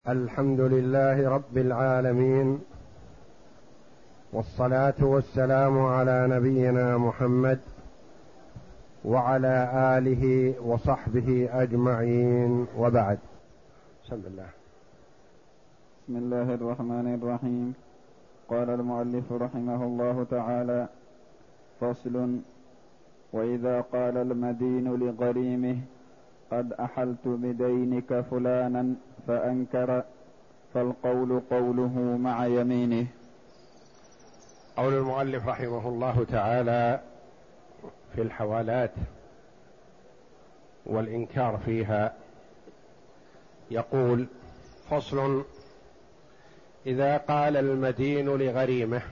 الحمد لله رب العالمين، والصلاة والسلام على نبينا محمد وعلى آله وصحبه أجمعين، وبعد. بسم الله الرحمن الرحيم. قال المؤلف رحمه الله تعالى: فصل: وإذا قال المدين لغريمه: قد أحلت بدينك فلانا فأنكر، فالقول قوله مع يمينه. قول المؤلف رحمه الله تعالى في الحوالات والإنكار فيها، يقول: فصل: إذا قال المدين لغريمه،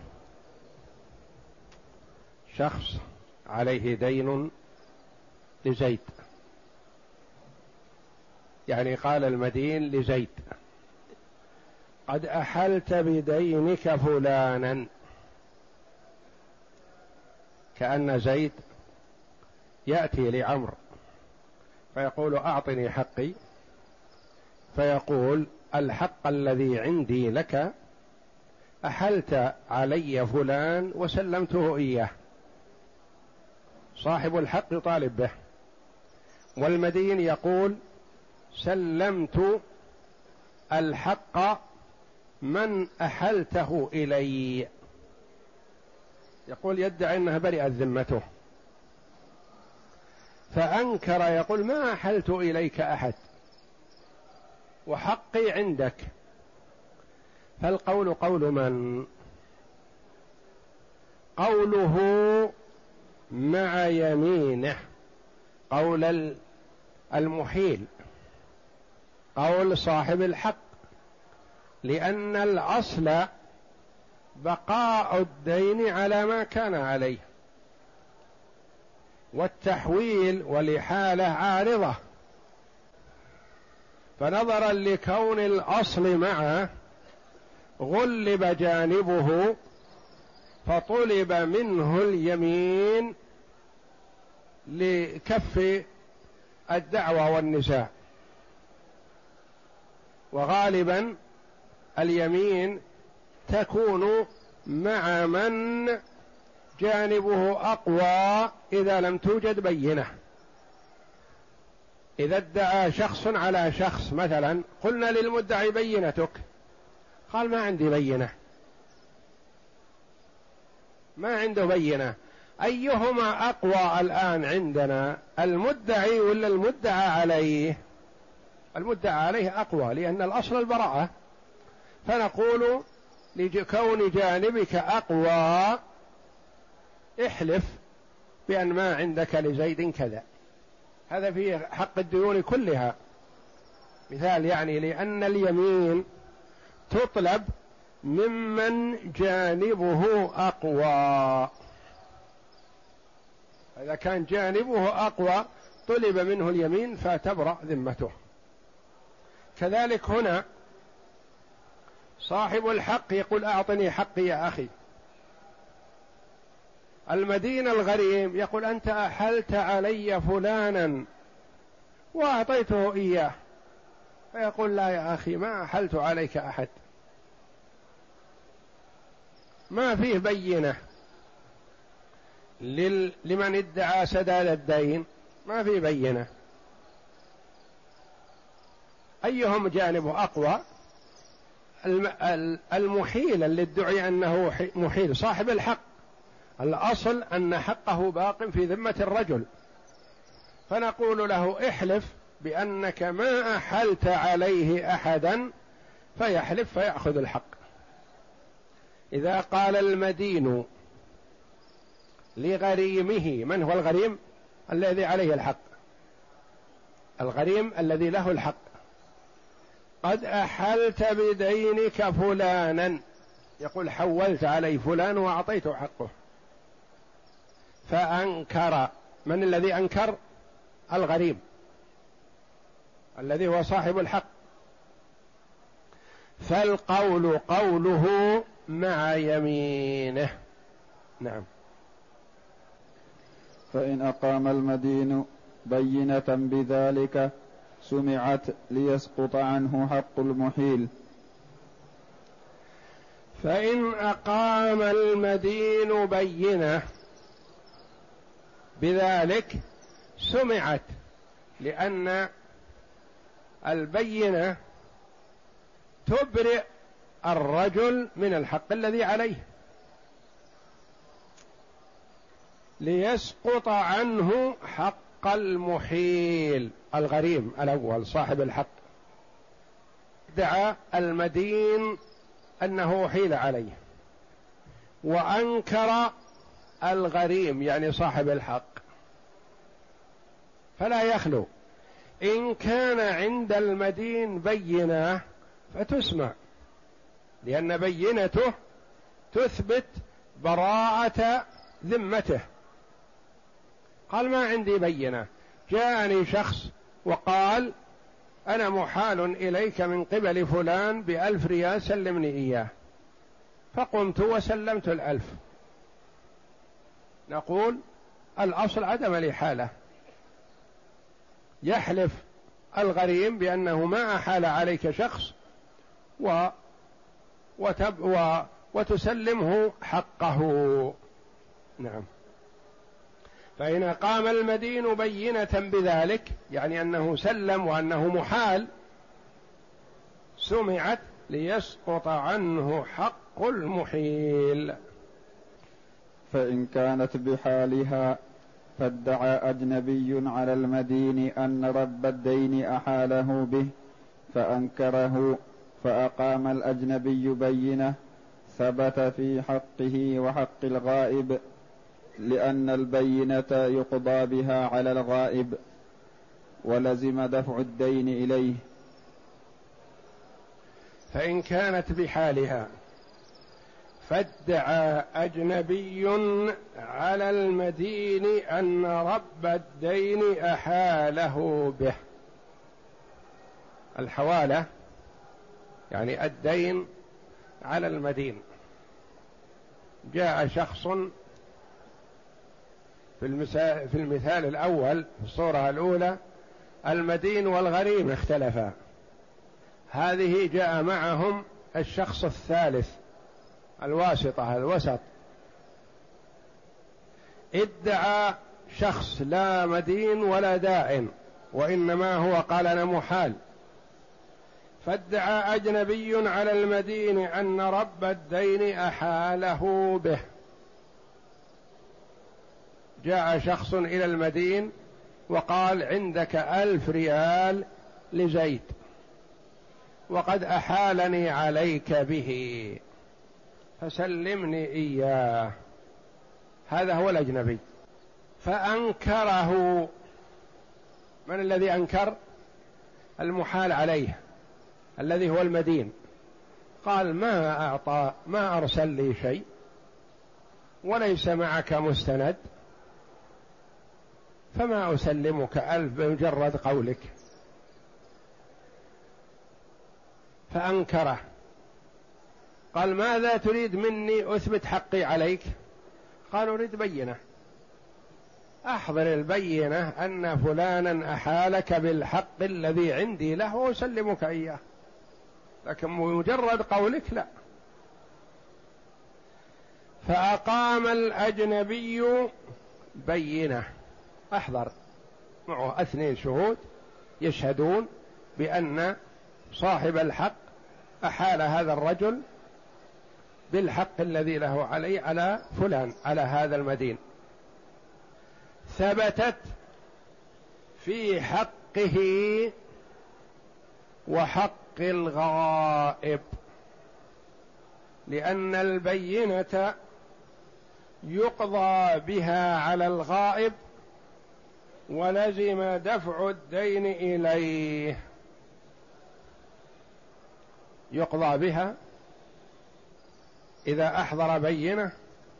شخص عليه دين لزيد، يعني قال المدين لزيد: قد أحلت بدينك فلانا، كأن زيد يأتي لعمرو فيقول: أعطني حقي، فيقول: الحق الذي عندي لك أحلت علي فلان وسلمته إياه. صاحب الحق يطالب به، والمدين يقول: سلمت الحق من أحلته إلي، يقول يدعي أنها برئت ذمته. فأنكر يقول: ما أحلت إليك أحد وحقي عندك. فالقول قول من؟ قوله مع يمينه، قول المحيل، قول صاحب الحق، لأن الأصل بقاء الدين على ما كان عليه، والتحويل والإحالة عارضة، فنظرا لكون الأصل معه غلب جانبه، فطلب منه اليمين لكف الدعوى والنزاع. وغالبا اليمين تكون مع من جانبه أقوى إذا لم توجد بينة. إذا ادعى شخص على شخص مثلا، قلنا للمدعي: بينتك؟ قال: ما عندي بينة، ما عنده بينة. أيهما أقوى الآن عندنا، المدعي ولا المدعى عليه؟ المدعى عليه أقوى، لأن الأصل البراءة. فنقول: لكون جانبك أقوى احلف بأن ما عندك لزيد كذا. هذا في حق الديون كلها مثال، يعني لأن اليمين تطلب ممن جانبه أقوى. إذا كان جانبه أقوى طلب منه اليمين فتبرأ ذمته. كذلك هنا صاحب الحق يقول: أعطني حقي يا أخي. المدين الغريم يقول: أنت أحلت علي فلانا وأعطيته إياه، فيقول: لا يا أخي، ما أحلت عليك أحد، ما فيه بينة لمن ادعى سداد الدين، ما فيه بينة. أيهم جانبه أقوى؟ المحيل اللي ادعي أنه محيل، صاحب الحق. الأصل أن حقه باق في ذمة الرجل، فنقول له: احلف بأنك ما أحلت عليه أحدا، فيحلف فيأخذ الحق. إذا قال المدين لغريمه، من هو الغريم؟ الذي عليه الحق، الغريم الذي له الحق: قد أحلت بدينك فلانا، يقول: حولت علي فلان وأعطيته حقه. فأنكر. من الذي أنكر؟ الغريم الذي هو صاحب الحق. فالقول قوله مع يمينه. نعم. فإن أقام المدين بينة بذلك سمعت ليسقط عنه حق المحيل. فإن أقام المدين بينة بذلك سمعت، لأن البينة تبرئ الرجل من الحق الذي عليه، ليسقط عنه حق المحيل الغريم الأول صاحب الحق. ادعى المدين أنه حيل عليه، وأنكر الغريم يعني صاحب الحق، فلا يخلو. إن كان عند المدين بينة فتسمع، لأن بينته تثبت براءة ذمته. قال ما عندي بينة، جاءني شخص وقال أنا محال إليك من قبل فلان ب1000 ريال سلمني إياه، فقمت وسلمت 1000، نقول الأصل عدم الإحالة. يحلف الغريم بأنه ما أحال عليك شخص وتسلمه حقه. نعم. فإن قام المدين بينة بذلك، يعني أنه سلم وأنه محال، سمعت ليسقط عنه حق المحيل. فإن كانت بحالها فادعى أجنبي على المدين أن رب الدين أحاله به فأنكره، فأقام الأجنبي بينة، ثبت في حقه وحق الغائب، لأن البينة يقضى بها على الغائب، ولزم دفع الدين إليه. فإن كانت بحالها فادعى أجنبي على المدين أن رب الدين أحاله به. الحوالة يعني الدين على المدين. جاء شخص في المثال الأول في الصورة الأولى المدين والغريم اختلفا، هذه جاء معهم الشخص الثالث الواسطة الوسط، ادعى شخص لا مدين ولا دائن، وإنما هو قال أنا محال، فادعى أجنبي على المدين أن رب الدين أحاله به. جاء شخص إلى المدين وقال عندك 1000 ريال لزيد وقد أحالني عليك به فسلمني إياه. هذا هو الأجنبي. فأنكره. من الذي أنكر؟ المحال عليه الذي هو المدين. قال ما أرسل لي شيء وليس معك مستند، فما أسلمك 1000 بمجرد قولك. فأنكره. قال ماذا تريد مني أثبت حقي عليك؟ قال أريد بينة، أحضر البينة أن فلانا أحالك بالحق الذي عندي له وأسلمك إياه، لكن مجرد قولك لا. فأقام الأجنبي بينة، أحضر معه 2 شهود يشهدون بأن صاحب الحق أحال هذا الرجل بالحق الذي له عليه على فلان على هذا المدين، ثبتت في حقه وحق الغائب، لأن البينة يقضى بها على الغائب ولزم دفع الدين إليه. يقضى بها إذا أحضر بينة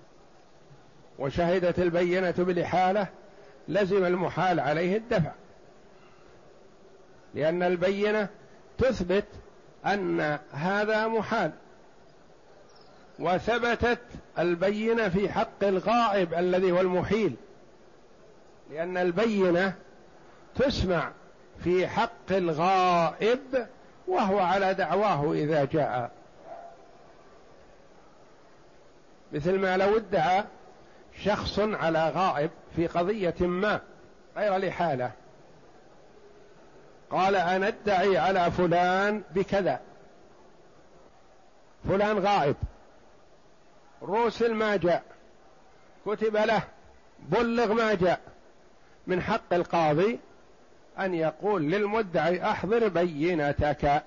وشهدت البينة بالإحالة، لزم المحال عليه الدفع، لأن البينة تثبت أن هذا محال، وثبتت البينة في حق الغائب الذي هو المحيل، لأن البينة تسمع في حق الغائب وهو على دعواه إذا جاء، مثل ما لو ادعى شخص على غائب في قضية ما غير لحاله، قال أنا ادعي على فلان بكذا، فلان غائب، رسل ما جاء، كتب له، بلغ ما جاء، من حق القاضي أن يقول للمدعي أحضر بينتك،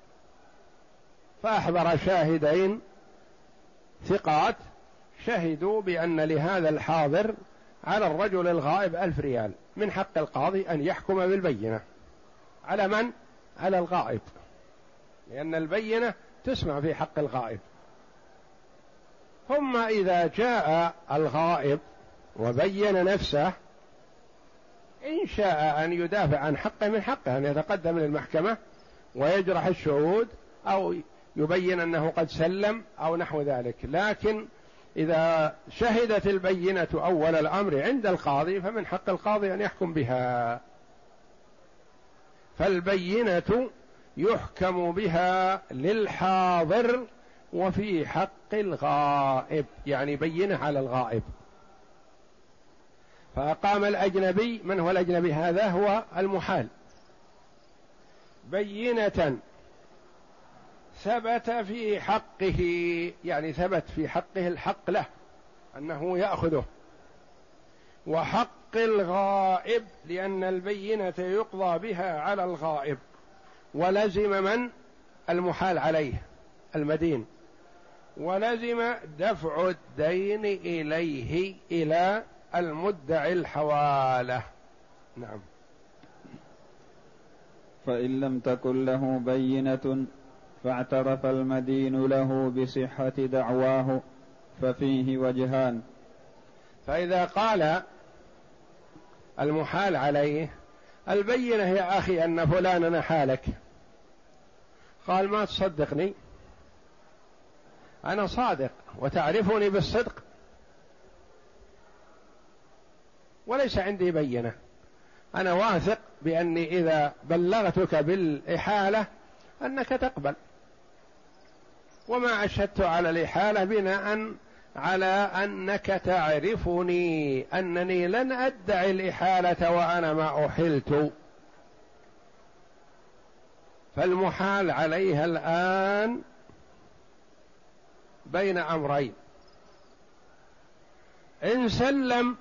فأحضر شاهدين ثقات شهدوا بأن لهذا الحاضر على الرجل الغائب 1000 ريال، من حق القاضي أن يحكم بالبينة على من؟ على الغائب، لأن البينة تسمع في حق الغائب. ثم إذا جاء الغائب وبين نفسه، إن شاء أن يدافع عن حقه من حقه أن يتقدم للمحكمة ويجرح الشهود أو يبين أنه قد سلم أو نحو ذلك، لكن إذا شهدت البينة أول الأمر عند القاضي فمن حق القاضي أن يحكم بها. فالبينة يحكم بها للحاضر وفي حق الغائب، يعني بينة على الغائب. فأقام الأجنبي، من هو الأجنبي؟ هذا هو المحال، بينة ثبت في حقه، يعني ثبت في حقه الحق له أنه يأخذه، وحق الغائب لأن البينة يقضى بها على الغائب، ولزم من؟ المحال عليه المدين، ولزم دفع الدين إليه إلى المدعي الحوالة. نعم. فإن لم تكن له بينة فاعترف المدين له بصحة دعواه ففيه وجهان. فإذا قال المحال عليه البينة يا أخي أن فلانا نحالك، قال ما تصدقني، أنا صادق وتعرفني بالصدق وليس عندي بينة، أنا واثق بأني إذا بلغتك بالإحالة أنك تقبل، وما أشهدت على الإحالة بناء على أنك تعرفني أنني لن أدعي الإحالة وأنا ما أحلت. فالمحال عليها الآن بين أمرين، إن سلم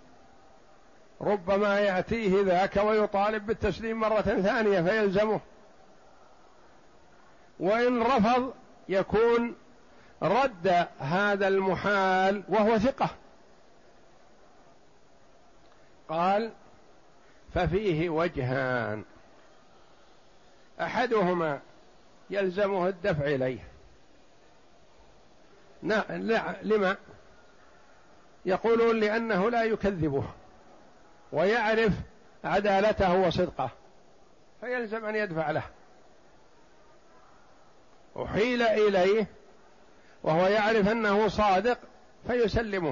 ربما يأتيه ذاك ويطالب بالتسليم مرة ثانية فيلزمه، وإن رفض يكون رد هذا المحال وهو ثقة. قال ففيه وجهان، أحدهما يلزمه الدفع إليه. لما؟ يقولون لأنه لا يكذبه ويعرف عدالته وصدقه فيلزم أن يدفع له، أحيل إليه وهو يعرف أنه صادق فيسلمه.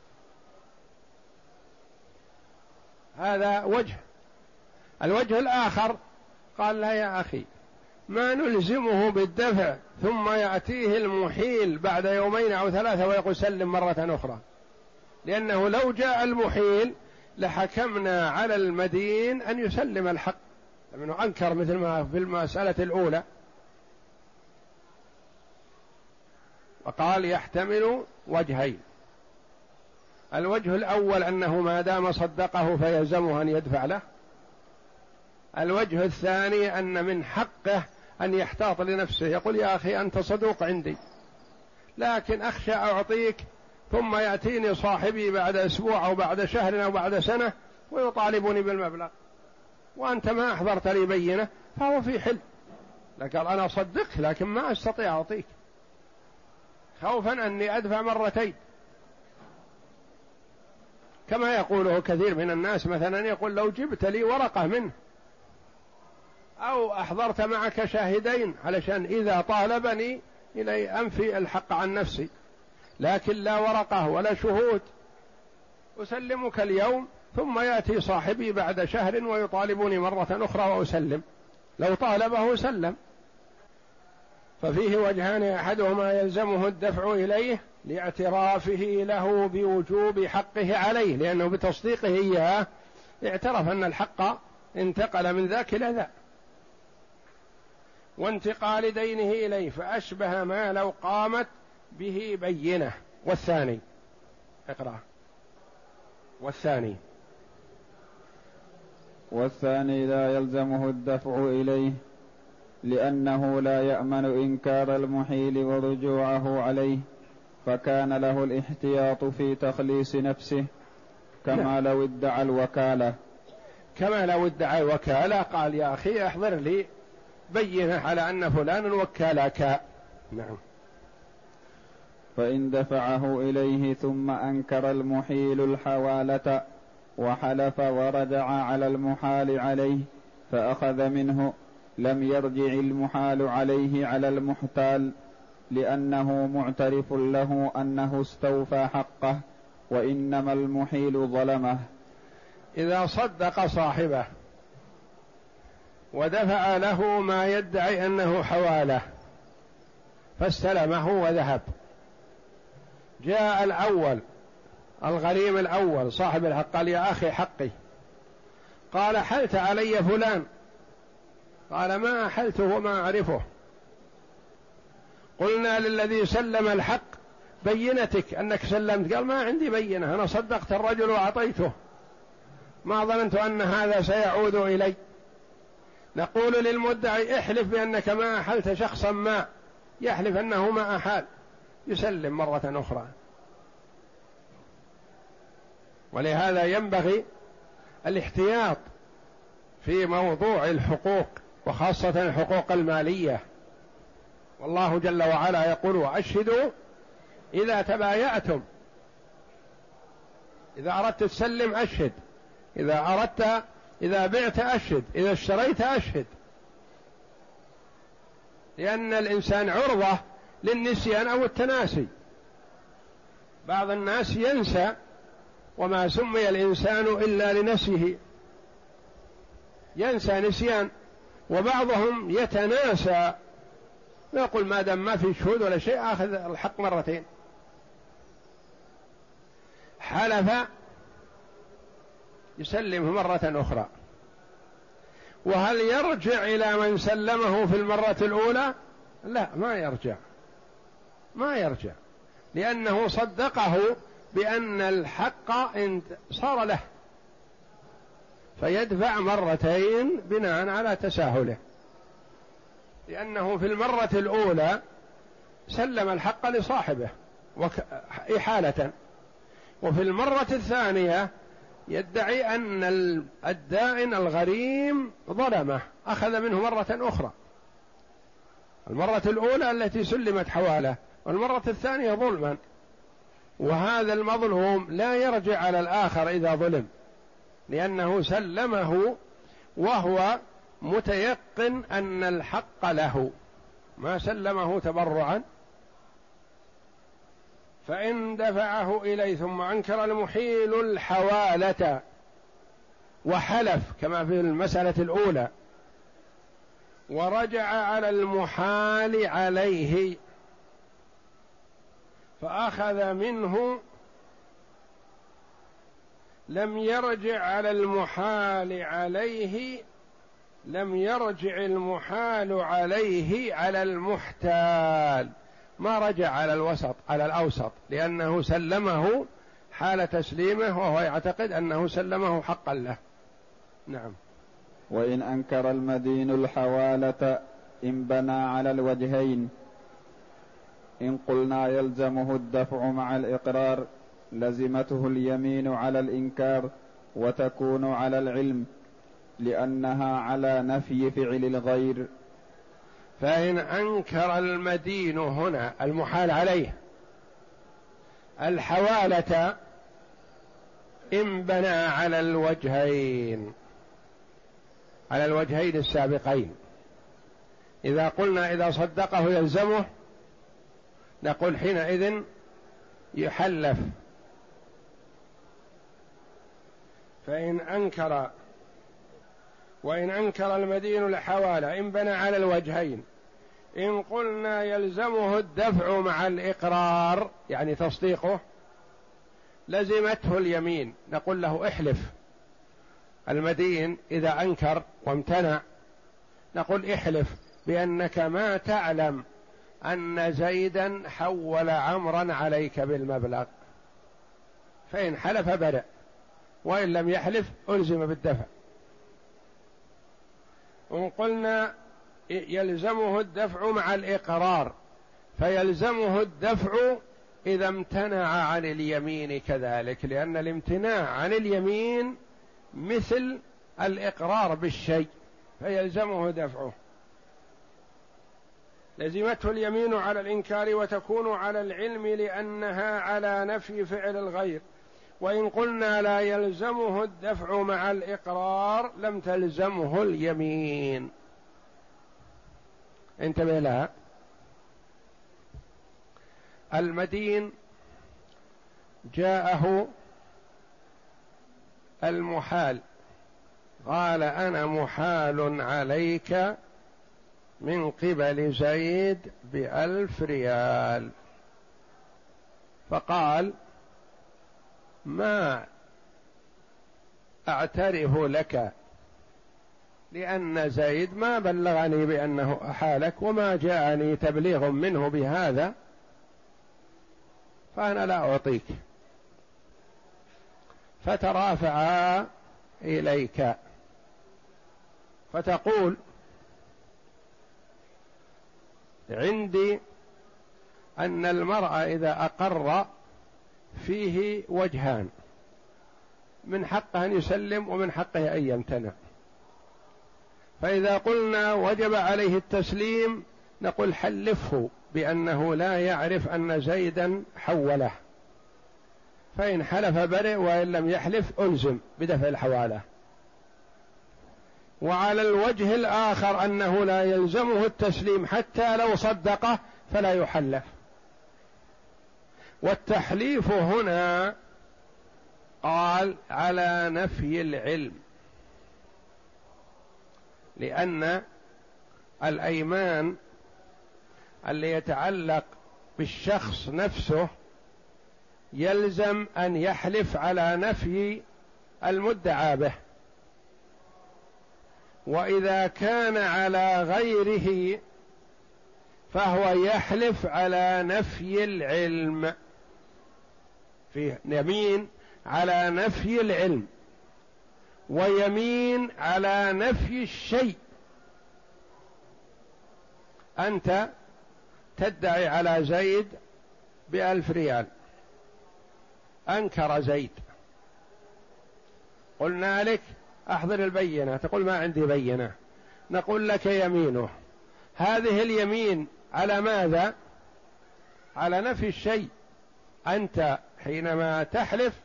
هذا وجه. الوجه الآخر قال لا يا أخي ما نلزمه بالدفع ثم يأتيه المحيل بعد 2 أو 3 ويقول سلم مرة أخرى، لأنه لو جاء المحيل لحكمنا على المدين أن يسلم الحق، لأنه أنكر مثل ما في المسألة الأولى. وقال يحتمل وجهين، الوجه الأول أنه ما دام صدقه فيلزمه أن يدفع له، الوجه الثاني أن من حقه أن يحتاط لنفسه، يقول يا أخي أنت صدوق عندي لكن أخشى أعطيك ثم يأتيني صاحبي بعد أسبوع أو بعد شهر أو بعد سنة ويطالبني بالمبلغ وأنت ما أحضرت لي بينة، فهو في حل. لقال أنا أصدقك لكن ما أستطيع أعطيك خوفا أني أدفع مرتين، كما يقوله كثير من الناس، مثلا يقول لو جبت لي ورقة منه أو أحضرت معك شاهدين علشان إذا طالبني إلي أنفي الحق عن نفسي، لكن لا ورقة ولا شهود، أسلمك اليوم ثم يأتي صاحبي بعد شهر ويطالبني مرة أخرى وأسلم، لو طالبه سلم. ففيه وجهان، أحدهما يلزمه الدفع إليه لاعترافه له بوجوب حقه عليه، لأنه بتصديقه إياه اعترف أن الحق انتقل من ذاك إلى ذاك، وانتقال دينه إليه، فأشبه ما لو قامت به بينة. والثاني اقرأ. والثاني لا يلزمه الدفع إليه، لأنه لا يأمن إنكار المحيل ورجوعه عليه، فكان له الاحتياط في تخليص نفسه، كما لو ادعى الوكالة، قال يا أخي احضر لي بينة على أن فلان وكالك. نعم. فإن دفعه إليه ثم أنكر المحيل الحوالة وحلف ورجع على المحال عليه فأخذ منه، لم يرجع المحال عليه على المحتال، لأنه معترف له أنه استوفى حقه، وإنما المحيل ظلمه. إذا صدق صاحبه ودفع له ما يدعي أنه حواله فاستلمه وذهب، جاء الأول الغريم الأول صاحب الحق قال يا أخي حقي، قال حلت علي فلان، قال ما أحلته وما أعرفه. قلنا للذي سلم الحق بينتك أنك سلمت، قال ما عندي بينة، أنا صدقت الرجل وأعطيته، ما ظننت أن هذا سيعود إلي. نقول للمدعي احلف بأنك ما أحلت شخصا ما، يحلف أنه ما أحال، يسلم مرة أخرى. ولهذا ينبغي الاحتياط في موضوع الحقوق، وخاصة الحقوق المالية. والله جل وعلا يقول وأشهدوا إذا تبايعتم، إذا أردت تسلم أشهد، إذا بعت أشهد، إذا اشتريت أشهد، لأن الإنسان عرضة للنسيان أو التناسي. بعض الناس ينسى، وما سمي الإنسان إلا لنسيه، ينسى نسيان، وبعضهم يتناسى يقول ما دام ما في شهود ولا شيء أخذ الحق مرتين. حلف يسلمه مرة أخرى. وهل يرجع إلى من سلمه في المرة الأولى؟ لا، ما يرجع لأنه صدقه بأن الحق صار له، فيدفع مرتين بناء على تساهله، لأنه في المرة الأولى سلم الحق لصاحبه إحالة، وفي المرة الثانية يدعي أن الدائن الغريم ظلمه أخذ منه مرة أخرى. المرة الأولى التي سلمت حواله، والمرة الثانية ظلما، وهذا المظلوم لا يرجع على الآخر إذا ظلم، لأنه سلمه وهو متيقن أن الحق له، ما سلمه تبرعا. فإن دفعه إليه ثم أنكر المحيل الحوالة وحلف كما في المسألة الأولى، ورجع على المحال عليه فأخذ منه، لم يرجع على المحال عليه، لم يرجع المحال عليه على المحتال، ما رجع على الوسط على الأوسط، لأنه سلمه حال تسليمه وهو يعتقد أنه سلمه حقا له. نعم. وإن أنكر المدين الحوالة إن بنى على الوجهين، إن قلنا يلزمه الدفع مع الإقرار لزمته اليمين على الإنكار وتكون على العلم، لأنها على نفي فعل الغير. فإن أنكر المدين هنا المحال عليه الحوالة إن بنى على الوجهين السابقين، إذا قلنا إذا صدقه يلزمه، نقول حينئذ يحلف وإن أنكر المدين الحوالة إن بنى على الوجهين. إن قلنا يلزمه الدفع مع الإقرار يعني تصديقه، لزمته اليمين، نقول له احلف. المدين إذا أنكر وامتنع نقول احلف بأنك ما تعلم أن زيدا حول عمرا عليك بالمبلغ، فإن حلف برئ، وإن لم يحلف ألزم بالدفع. وإن قلنا يلزمه الدفع مع الإقرار، فيلزمه الدفع إذا امتنع عن اليمين كذلك، لأن الامتناع عن اليمين مثل الإقرار بالشيء، فيلزمه دفعه. لزمته اليمين على الإنكار وتكون على العلم لأنها على نفي فعل الغير. وإن قلنا لا يلزمه الدفع مع الإقرار لم تلزمه اليمين. انتبه لها. المدين جاءه المحال، قال أنا محال عليك من قبل زيد ب1000 ريال، فقال ما أعترف لك لأن زيد ما بلغني بأنه أحالك وما جاءني تبليغ منه بهذا، فأنا لا أعطيك. فترافعا إليك، فتقول عندي أن المرأة إذا أقر فيه وجهان، من حقه أن يسلم ومن حقه أن يمتنع. فإذا قلنا وجب عليه التسليم نقول حلفه بأنه لا يعرف أن زيدا حوله، فإن حلف برئ وإن لم يحلف ألزم بدفع الحوالة. وعلى الوجه الآخر أنه لا يلزمه التسليم حتى لو صدقه فلا يحلف. والتحليف هنا قال على نفي العلم، لأن الأيمان اللي يتعلق بالشخص نفسه يلزم أن يحلف على نفي المدعى به، وإذا كان على غيره فهو يحلف على نفي العلم، في يمين على نفي العلم ويمين على نفي الشيء. أنت تدعي على زيد ب1000 ريال، أنكر زيد، قلنا لك أحضر البينة، تقول ما عندي بينة، نقول لك يمينه. هذه اليمين على ماذا؟ على نفي الشيء. أنت حينما تحلف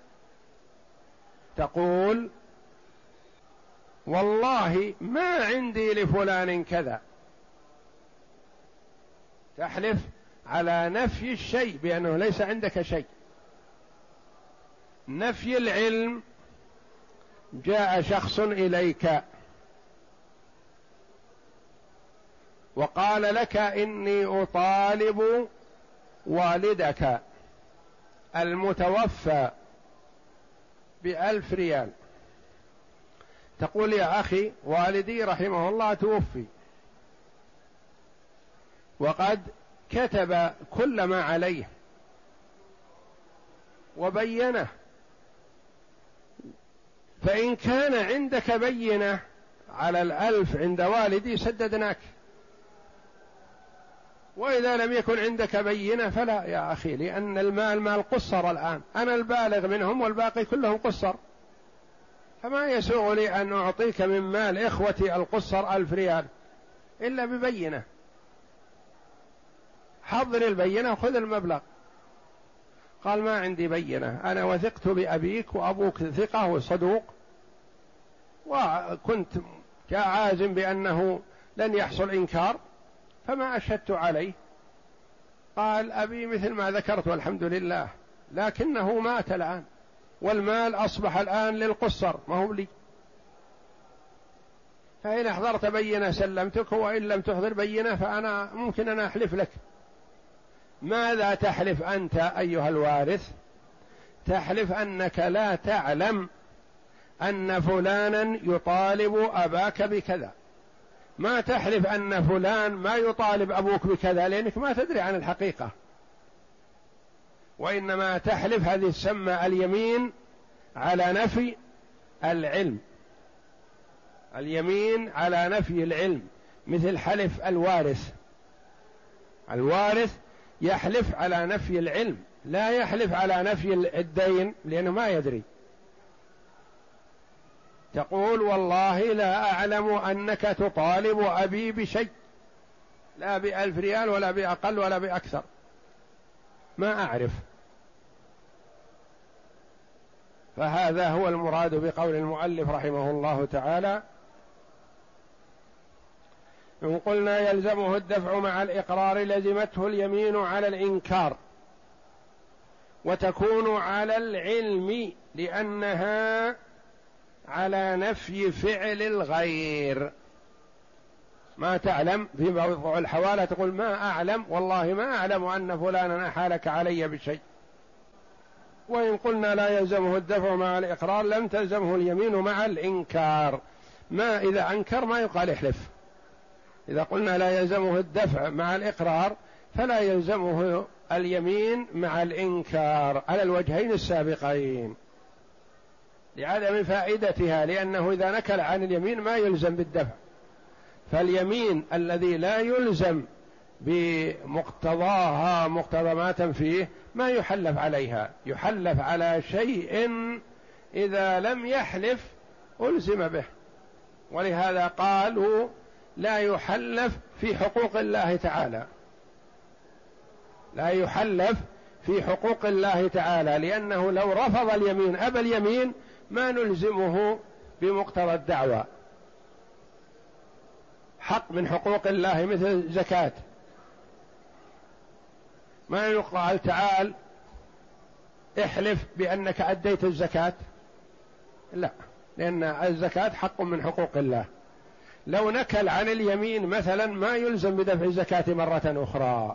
تقول والله ما عندي لفلان كذا، تحلف على نفي الشيء بأنه ليس عندك شيء. نفي العلم جاء شخص إليك وقال لك إني أطالب والدك المتوفى ب1000 ريال، تقول يا أخي والدي رحمه الله توفي وقد كتب كل ما عليه وبينه، فإن كان عندك بينة على 1000 عند والدي سددناك، وإذا لم يكن عندك بينة فلا يا أخي، لأن المال مال قصر الآن، أنا البالغ منهم والباقي كلهم قصر، فما يسوغ لي أن أعطيك من مال إخوتي القصر 1000 ريال إلا ببينة. حضر البينة وخذ المبلغ. قال ما عندي بينة، أنا وثقت بأبيك وأبوك ثقة وصدوق، وكنت كعازم بأنه لن يحصل إنكار فما أشهدت عليه. قال أبي مثل ما ذكرت والحمد لله، لكنه مات الآن والمال أصبح الآن للقصر ما هو لي، فإن أحضرت بينة سلمتك، وإن لم تحضر بينة فأنا ممكن أن أحلف لك. ماذا تحلف أنت أيها الوارث؟ تحلف أنك لا تعلم أن فلانا يطالب أباك بكذا، ما تحلف أن فلان ما يطالب أبوك بكذا لأنك ما تدري عن الحقيقة، وإنما تحلف، هذه تسمى اليمين على نفي العلم، اليمين على نفي العلم، مثل حلف الوارث. الوارث يحلف على نفي العلم، لا يحلف على نفي الدين لأنه ما يدري. تقول والله لا أعلم أنك تطالب أبي بشيء، لا ب1,000 ريال ولا بأقل ولا بأكثر، ما أعرف. فهذا هو المراد بقول المؤلف رحمه الله تعالى: إن قلنا يلزمه الدفع مع الإقرار لزمته اليمين على الإنكار، وتكون على العلم لأنها على نفي فعل الغير. ما تعلم في موضوع الحوالة تقول ما أعلم، والله ما أعلم أن فلانا أحالك علي بشيء. وإن قلنا لا يلزمه الدفع مع الإقرار لم تلزمه اليمين مع الإنكار. ما إذا أنكر ما يقال احلف. إذا قلنا لا يلزمه الدفع مع الإقرار فلا يلزمه اليمين مع الإنكار على الوجهين السابقين لعدم فائدتها، لأنه إذا نكل عن اليمين ما يلزم بالدفع. فاليمين الذي لا يلزم بمقتضاها مقتضى ما تنفيه ما يحلف عليها، يحلف على شيء إذا لم يحلف ألزم به. ولهذا قالوا لا يحلف في حقوق الله تعالى، لا يحلف في حقوق الله تعالى، لأنه لو رفض اليمين أبى اليمين ما نلزمه بمقتضى الدعوة. حق من حقوق الله مثل زكاة، ما يقال تعال احلف بأنك أديت الزكاة، لا، لأن الزكاة حق من حقوق الله. لو نكل عن اليمين مثلا ما يلزم بدفع الزكاة مرة أخرى.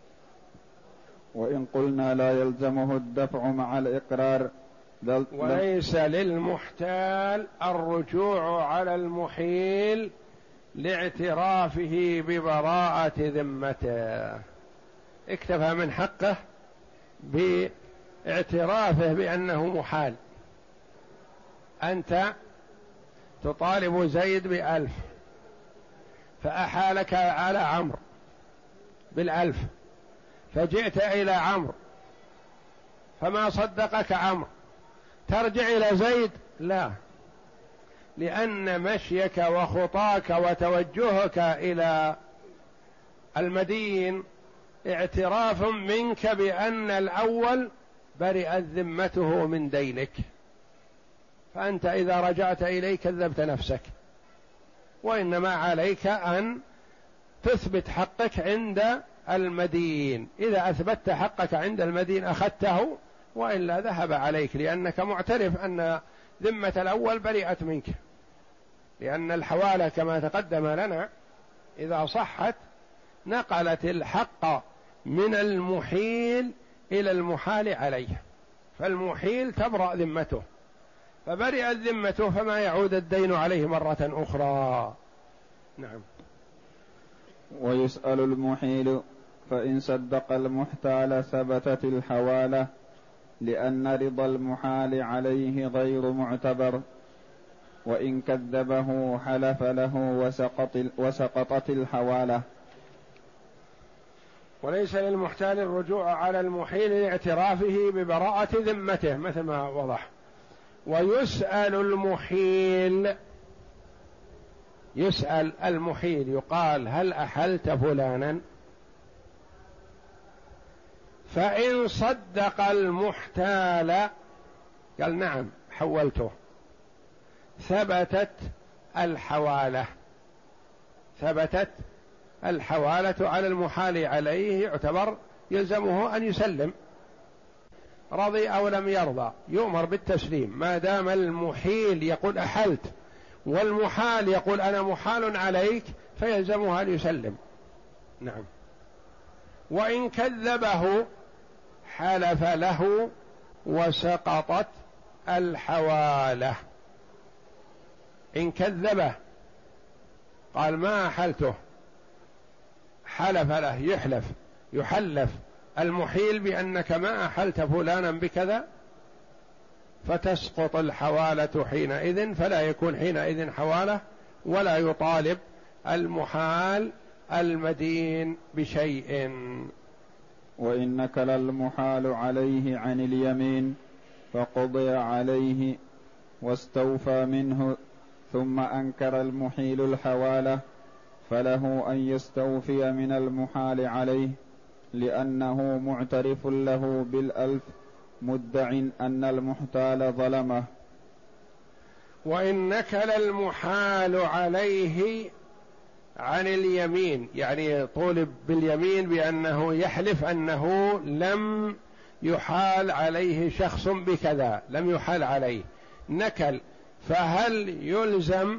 وإن قلنا لا يلزمه الدفع مع الإقرار وليس للمحتال الرجوع على المحيل لاعترافه ببراءة ذمته، اكتفى من حقه باعترافه بأنه محال. أنت تطالب زيد ب1,000 فأحالك على عمرو ب1,000، فجئت إلى عمرو فما صدقك عمرو، ترجع إلى زيد؟ لا، لأن مشيك وخطاك وتوجهك إلى المدين اعتراف منك بأن الأول برئت ذمته من دينك، فأنت إذا رجعت إليه كذبت نفسك، وإنما عليك أن تثبت حقك عند المدين. إذا أثبتت حقك عند المدين أخذته، وإلا ذهب عليك، لأنك معترف أن ذمة الأول برئت منك، لأن الحوالة كما تقدم لنا إذا صحت نقلت الحق من المحيل إلى المحال عليه، فالمحيل تبرأ ذمته، فبرئت ذمته فما يعود الدين عليه مرة أخرى. نعم. ويسأل المحيل فإن صدق المحتال ثبتت الحوالة، لأن رضا المحال عليه غير معتبر، وإن كذبه حلف له وسقطت الحوالة. وليس للمحتال الرجوع على المحيل لاعترافه ببراءة ذمته مثل ما وضح. ويسأل المحيل، يسأل المحيل يقال هل أحلت فلانا؟ فإن صدق المحتال قال نعم حولته، ثبتت الحوالة، ثبتت الحوالة على المحال عليه، يعتبر يلزمه أن يسلم. رضي أو لم يرضى يؤمر بالتسليم، ما دام المحيل يقول أحلت والمحال يقول أنا محال عليك فيلزمها أن يسلم. نعم. وإن كذبه حلف له وسقطت الحوالة. إن كذبه قال ما أحلته، حلف له، يحلف المحيل بأنك ما أحلت فلانا بكذا، فتسقط الحوالة حينئذ، فلا يكون حينئذ حوالة، ولا يطالب المحال المدين بشيء. وإن نكل المحال عليه عن اليمين فقضي عليه واستوفى منه ثم أنكر المحيل الحوالة، فله أن يستوفي من المحال عليه، لأنه معترف له بالألف مدع أن المحتال ظلمه. وإن نكل المحال عليه عن اليمين، يعني طولب باليمين بأنه يحلف أنه لم يحال عليه شخص بكذا، لم يحال عليه، نكل، فهل يلزم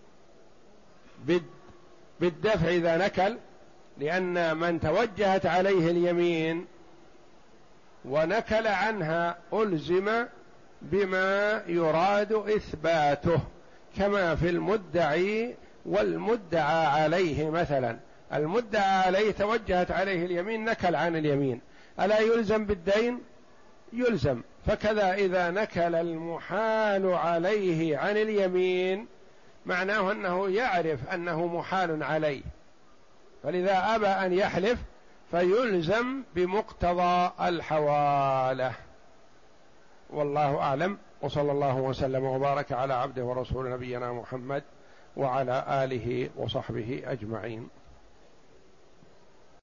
بالدفع إذا نكل؟ لأن من توجهت عليه اليمين ونكل عنها ألزم بما يراد إثباته، كما في المدعي والمدعى عليه. مثلا المدعى عليه توجهت عليه اليمين، نكل عن اليمين، ألا يلزم بالدين؟ يلزم. فكذا إذا نكل المحال عليه عن اليمين معناه أنه يعرف أنه محال عليه، فلذا أبى أن يحلف فيلزم بمقتضى الحوالة. والله أعلم، وصلى الله وسلم وبارك على عبده ورسول نبينا محمد وعلى آله وصحبه أجمعين.